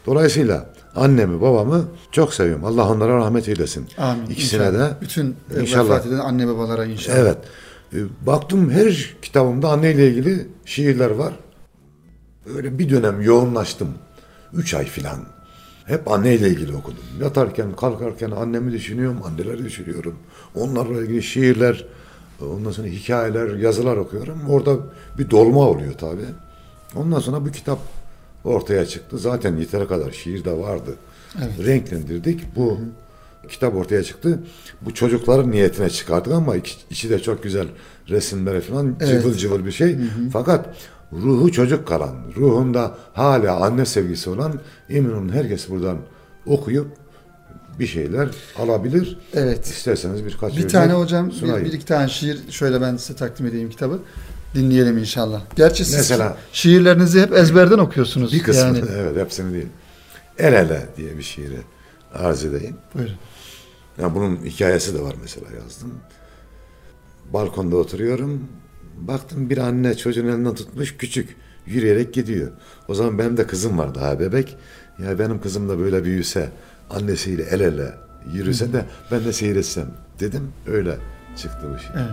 Dolayısıyla annemi babamı çok seviyorum. Allah onlara rahmet eylesin. Amin. İkisine İnşallah. de. Bütün İnşallah. vefat eden anne babalara inşallah. Evet. Baktım her kitabımda anneyle ilgili şiirler var. Böyle bir dönem yoğunlaştım. Üç ay filan. Hep anneyle ilgili okudum. Yatarken, kalkarken annemi düşünüyorum, anneleri düşünüyorum. Onlarla ilgili şiirler, ondan sonra hikayeler, yazılar okuyorum. Orada bir dolma oluyor tabii. Ondan sonra bu kitap ortaya çıktı. Zaten yeteri kadar şiir de vardı. Evet. Renklendirdik. Bu Hı-hı. kitap ortaya çıktı. Bu çocukların niyetine çıkardık ama içi de çok güzel resimleri falan, evet. cıvıl cıvıl bir şey. Hı-hı. Fakat ruhu çocuk kalan, ruhunda hala anne sevgisi olan, emin olun herkes buradan okuyup bir şeyler alabilir. Evet. İsterseniz birkaç bir tane hocam, bir, bir iki tane şiir şöyle ben size takdim edeyim kitabı. Dinleyelim inşallah. Gerçi siz mesela, şiirlerinizi hep ezberden okuyorsunuz. Bir kısmı, yani. Evet, hepsini değil. El ele diye bir şiiri arz edeyim. Buyurun. Yani bunun hikayesi de var mesela, yazdım. Balkonda oturuyorum. Baktım bir anne çocuğun elinden tutmuş, küçük, yürüyerek gidiyor. O zaman benim de kızım var daha bebek. Ya benim kızım da böyle büyüse, annesiyle el ele yürüse de ben de seyretsem dedim. Öyle çıktı bu şey. Evet.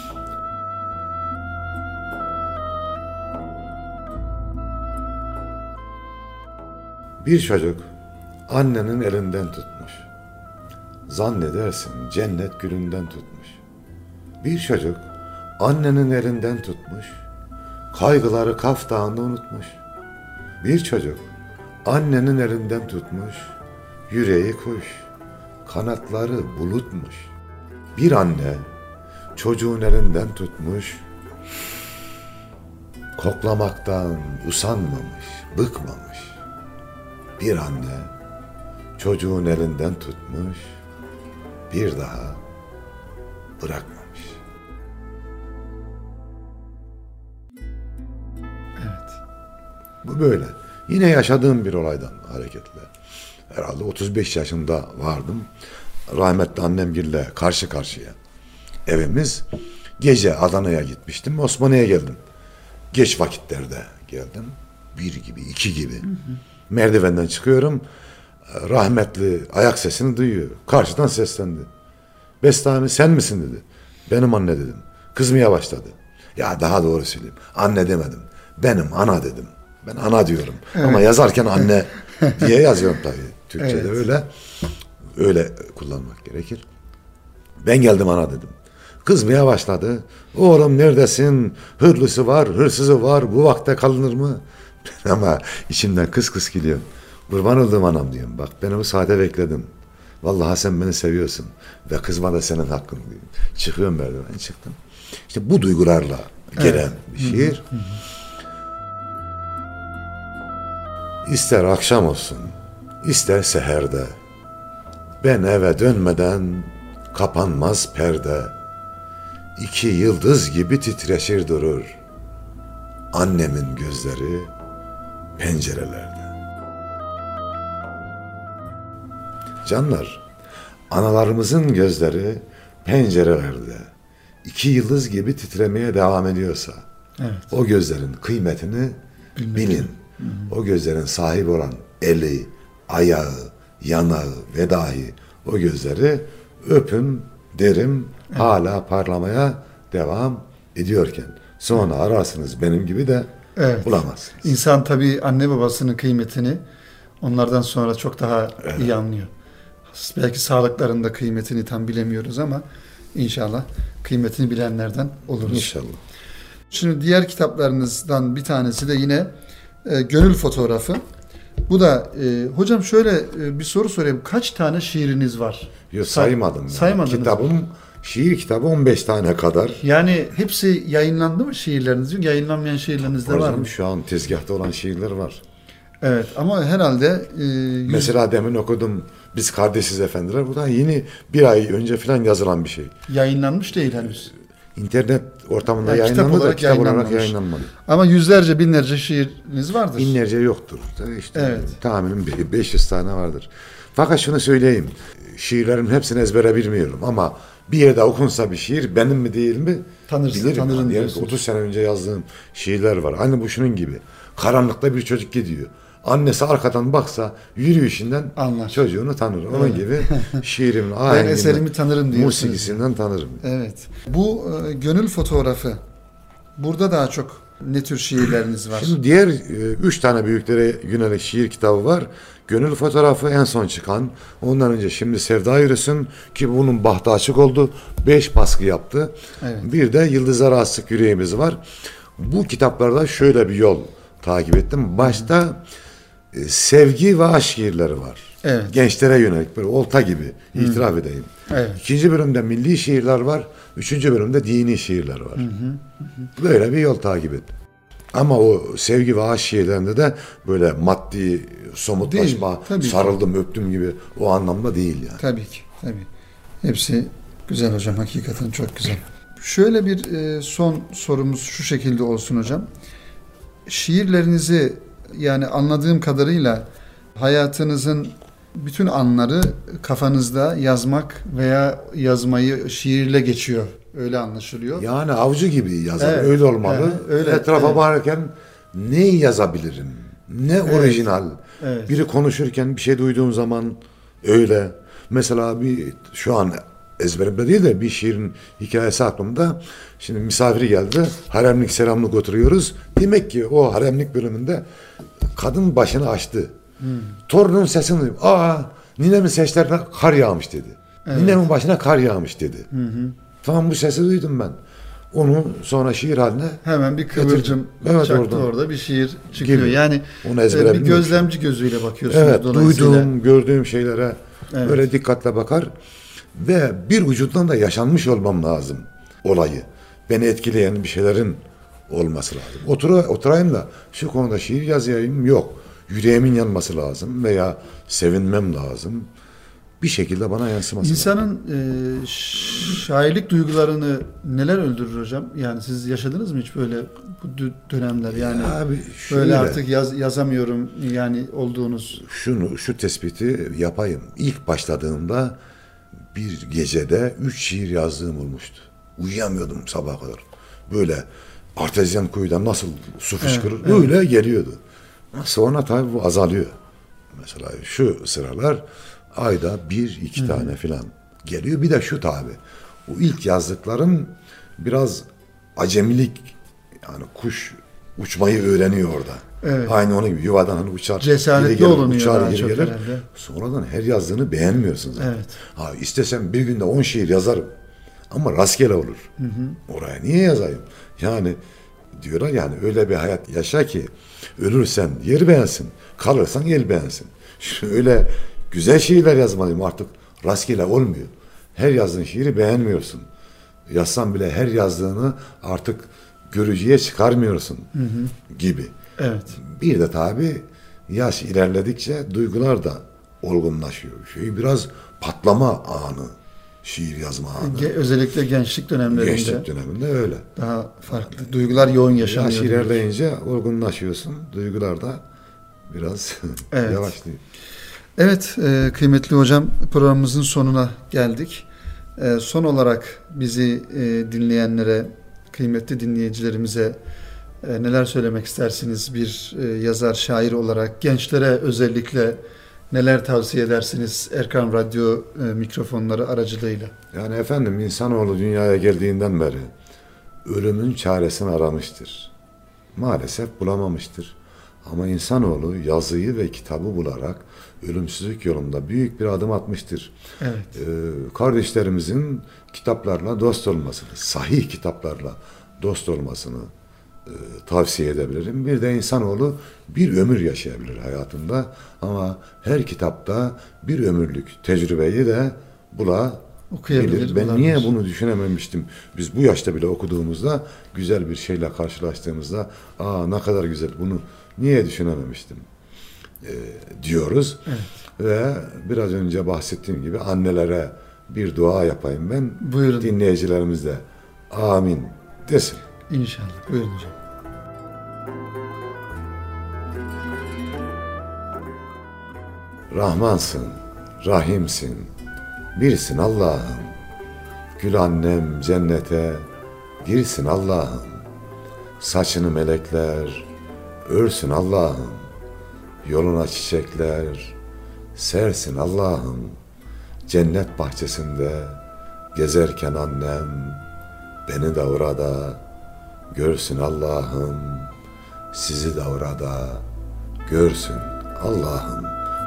Bir çocuk annenin elinden tutmuş. Zannedersin cennet gülünden tutmuş. Bir çocuk annenin elinden tutmuş. Kaygıları Kaf Dağı'nda unutmuş. Bir çocuk annenin elinden tutmuş. Yüreği kuş, kanatları bulutmuş. Bir anne çocuğun elinden tutmuş. Koklamaktan usanmamış, bıkmamış. Bir anne çocuğun elinden tutmuş, bir daha bırakmamış. Evet. Bu böyle. Yine yaşadığım bir olaydan hareketle. Herhalde otuz beş yaşında vardım. Rahmetli annemgille karşı karşıya. Evimiz. Gece Adana'ya gitmiştim. Osmaniye'ye geldim. Geç vakitlerde geldim. Bir gibi, iki gibi. Hı hı. Merdivenden çıkıyorum. Rahmetli ayak sesini duyuyor. Karşıdan seslendi. Bestami sen misin dedi. Benim anne dedim. Kızmaya başladı. Ya daha doğru söyleyeyim. Anne demedim. Benim ana dedim. Ben ana diyorum. Evet. Ama yazarken anne diye yazıyorum tabii. Türkçe'de evet. öyle. Öyle kullanmak gerekir. Ben geldim ana dedim. Kızmaya başladı. Oğlum neredesin? Hırlısı var, hırsızı var. Bu vakte kalınır mı? Ama içimden kıs kıs geliyor. Kurban olduğum anam diyorum. Bak beni bu saate bekledim. Vallahi sen beni seviyorsun. Ve kızma da senin hakkın diyorum. Çıkıyorum merdiven çıktım. İşte bu duygularla gelen evet. bir şiir. Hı hı. İster akşam olsun, ister seherde. Ben eve dönmeden kapanmaz perde. İki yıldız gibi titreşir durur. Annemin gözleri pencerelerde. Canlar, analarımızın gözleri pencerelerde. İki yıldız gibi titremeye devam ediyorsa, evet. o gözlerin kıymetini Bilmiyorum. bilin. Hı-hı. O gözlerin sahibi olan eli, ayağı, yanağı ve dahi o gözleri öpün derim, evet. hala parlamaya devam ediyorken. Sonra evet. ararsınız benim gibi de evet. bulamazsınız. İnsan tabii anne babasının kıymetini onlardan sonra çok daha evet. iyi anlıyor. Belki sağlıklarında kıymetini tam bilemiyoruz ama inşallah kıymetini bilenlerden oluruz. İnşallah. Şimdi diğer kitaplarınızdan bir tanesi de yine e, Gönül Fotoğrafı. Bu da e, hocam şöyle e, bir soru sorayım. Kaç tane şiiriniz var? Yok saymadım. Saymadınız. Kitabım, şiir kitabı on beş tane kadar. Yani hepsi yayınlandı mı şiirleriniz? Yayınlanmayan şiirleriniz de var mı? Şu an tezgahta olan şiirler var. Evet ama herhalde e, yüz... mesela demin okudum Biz Kardeşiz Efendiler. Bu da yeni bir ay önce falan yazılan bir şey. Yayınlanmış değil henüz. İnternet ortamında yani yayınlandı kitap olarak da kitap olarak yayınlanmadı. Ama yüzlerce binlerce şiiriniz vardır. Binlerce yoktur. İşte evet. tahminim beş yüz tane vardır. Fakat şunu söyleyeyim. Şiirlerin hepsini ezbere bilmiyorum ama bir yerde okunsa bir şiir benim mi değil mi Tanırsın, bilirim. Tanırım Yani otuz sene önce yazdığım şiirler var. Aynı bu şunun gibi. Karanlıkta bir çocuk gidiyor. Annesi arkadan baksa yürüyüşünden Anlar. çocuğunu tanır. Onun evet. gibi şiirimin, ben eserimi tanırım diyorsunuz. Musikisinden tanırım. Evet. Bu e, gönül fotoğrafı. Burada daha çok ne tür şiirleriniz var? Şimdi diğer e, üç tane büyüklere yönelik şiir kitabı var. Gönül fotoğrafı en son çıkan. Ondan önce şimdi Sevda Yürüsün ki bunun bahtı açık oldu. Beş baskı yaptı. Evet. Bir de Yıldızlara Astık Yüreğimiz var. Bu kitaplarda şöyle bir yol takip ettim. Başta e, sevgi ve aşk şiirleri var. Evet. Gençlere yönelik böyle olta gibi itiraf Hı. edeyim. Evet. İkinci bölümde milli şiirler var. Üçüncü bölümde dini şiirler var. Hı hı. Böyle bir yol takip ettim. Ama o sevgi ve aşk şiirlerinde de böyle maddi somutlaşma, değil, sarıldım, ki. öptüm gibi o anlamda değil yani. Tabii ki, tabii. Hepsi güzel hocam, hakikaten çok güzel. Şöyle bir e, son sorumuz şu şekilde olsun hocam. Şiirlerinizi yani anladığım kadarıyla hayatınızın bütün anları kafanızda yazmak veya yazmayı şiirle geçiyor. Öyle anlaşılıyor. Yani avcı gibi yazar. Evet, öyle olmalı. Evet, öyle, Etrafa evet. bakarken ne yazabilirim? Ne evet, orijinal? Evet. Biri konuşurken bir şey duyduğum zaman öyle. Mesela bir şu an ezberimde değil de bir şiirin hikayesi aklımda. Şimdi misafiri geldi. Haremlik selamlık oturuyoruz. Demek ki o haremlik bölümünde kadın başını açtı. Hmm. Torunun sesini duyup aa ninemin saçlarına kar yağmış dedi. Evet. Ninemin başına kar yağmış dedi. Hı hı. Tamam bu sesi duydum ben. Onu sonra şiir haline hemen bir kıvırcım evet, çaktı orada bir şiir çıkıyor. Gibi. Yani e, bir gözlemci gözüyle bakıyorsunuz evet, dolayısıyla. Duyduğum, gördüğüm şeylere evet. böyle dikkatle bakar ve bir ucundan da yaşanmış olmam lazım olayı. Beni etkileyen bir şeylerin olması lazım. Otur, oturayım da şu konuda şiir yazayım yok. Yüreğimin yanması lazım veya sevinmem lazım. Bir şekilde bana yansıması İnsanın e, şairlik duygularını neler öldürür hocam? Yani siz yaşadınız mı hiç böyle bu dönemler? Yani ya abi, böyle artık yaz, yazamıyorum yani olduğunuz. Şunu şu tespiti yapayım. İlk başladığımda bir gecede üç şiir yazdığım olmuştu. Uyuyamıyordum sabaha kadar. Böyle artezyen kuyudan nasıl su fışkırır evet, öyle evet. geliyordu. Sonra tabii bu azalıyor. Mesela şu sıralar ayda bir iki Hı-hı. tane filan geliyor. Bir de şu tabi. O ilk yazdıklarım biraz acemilik yani kuş uçmayı öğreniyor orada. Evet. Aynı onun gibi yuvadan hani uçar. Cesaretli olunuyor. Uçar geri gelir. Herhalde. Sonradan her yazdığını beğenmiyorsun zaten. Evet. Ha istesem bir günde on şiir yazarım. Ama rastgele olur. Hı hı. Oraya niye yazayım? Yani diyorlar yani öyle bir hayat yaşa ki ölürsen yer beğensin. Kalırsan el beğensin. Öyle güzel şiirler yazmalıyım artık rastgele olmuyor. Her yazdığın şiiri beğenmiyorsun. Yazsan bile her yazdığını artık görücüye çıkarmıyorsun hı hı. gibi. Evet. Bir de tabii yaş ilerledikçe duygular da olgunlaşıyor. Şey biraz patlama anı. Şiir yazma anı. Ge- özellikle gençlik dönemlerinde. Gençlik döneminde öyle. Daha farklı. Duygular yoğun yaşanıyor. Yaş ilerleyince olgunlaşıyorsun. Duygular da biraz evet. yavaşlıyor. Evet e, kıymetli hocam programımızın sonuna geldik. E, son olarak bizi e, dinleyenlere, kıymetli dinleyicilerimize e, neler söylemek istersiniz? Bir e, yazar, şair olarak gençlere özellikle neler tavsiye edersiniz Erkam Radyo e, mikrofonları aracılığıyla? Yani efendim insanoğlu dünyaya geldiğinden beri ölümün çaresini aramıştır. Maalesef bulamamıştır. Ama insanoğlu yazıyı ve kitabı bularak ölümsüzlük yolunda büyük bir adım atmıştır. Evet. Ee, kardeşlerimizin kitaplarla dost olmasını, sahih kitaplarla dost olmasını e, tavsiye edebilirim. Bir de insanoğlu bir ömür yaşayabilir hayatında ama her kitapta bir ömürlük tecrübeyi de bulabilir. Ben niye bunu düşünememiştim? Biz bu yaşta bile okuduğumuzda güzel bir şeyle karşılaştığımızda aa ne kadar güzel bunu niye düşünememiştim e, diyoruz. Evet. Ve biraz önce bahsettiğim gibi annelere bir dua yapayım ben. Buyurun. Dinleyicilerimiz de amin desin. İnşallah. Buyurun hocam. Rahmansın, Rahimsin, birsin Allah'ım. Gül annem cennete girsin Allah'ım. Saçını melekler örsün Allah'ım. yoluna çiçekler sersin Allah'ım. Cennet bahçesinde gezerken annem beni de orada görsün Allah'ım. Sizi de orada görsün Allah'ım.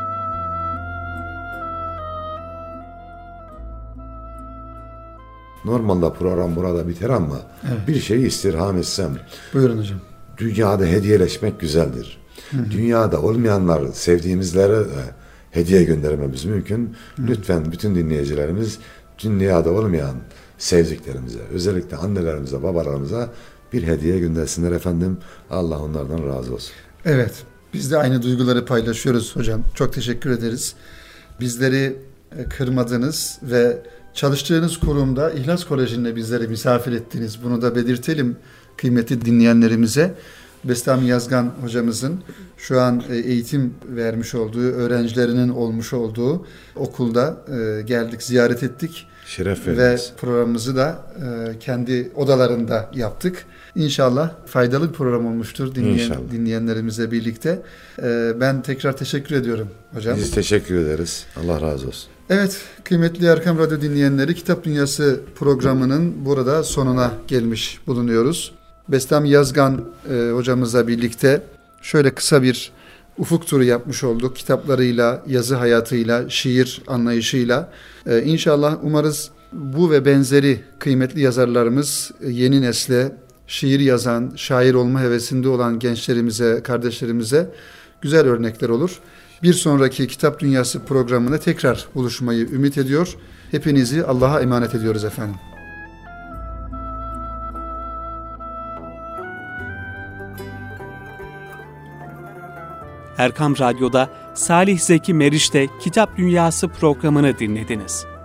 Normalde program burada biter ama evet. bir şeyi istirham etsem. Buyurun hocam. Dünyada hediyeleşmek güzeldir. Hı hı. Dünyada olmayanlar, sevdiğimizlere de hediye göndermemiz mümkün. Hı. Lütfen bütün dinleyicilerimiz dünyada olmayan sevdiklerimize, özellikle annelerimize, babalarımıza bir hediye göndersinler efendim. Allah onlardan razı olsun. Evet, biz de aynı duyguları paylaşıyoruz hocam. Çok teşekkür ederiz. Bizleri kırmadınız ve çalıştığınız kurumda İhlas Koleji'nde bizleri misafir ettiniz. Bunu da belirtelim kıymetli dinleyenlerimize. Bestami Yazgan hocamızın şu an eğitim vermiş olduğu, öğrencilerinin olmuş olduğu okulda geldik, ziyaret ettik. Şeref ve verdiniz. Programımızı da kendi odalarında yaptık. İnşallah faydalı bir program olmuştur dinleyen, dinleyenlerimizle birlikte. Ben tekrar teşekkür ediyorum hocam. Biz teşekkür ederiz. Allah razı olsun. Evet, kıymetli Erkam Radyo dinleyenleri, Kitap Dünyası programının burada sonuna gelmiş bulunuyoruz. Bestami Yazgan e, hocamızla birlikte şöyle kısa bir ufuk turu yapmış olduk. Kitaplarıyla, yazı hayatıyla, şiir anlayışıyla. E, İnşallah umarız bu ve benzeri kıymetli yazarlarımız e, yeni nesle, şiir yazan, şair olma hevesinde olan gençlerimize, kardeşlerimize güzel örnekler olur. Bir sonraki Kitap Dünyası programına tekrar buluşmayı ümit ediyor. Hepinizi Allah'a emanet ediyoruz efendim. Erkam Radyo'da Salih Zeki Meriç'te Kitap Dünyası programını dinlediniz.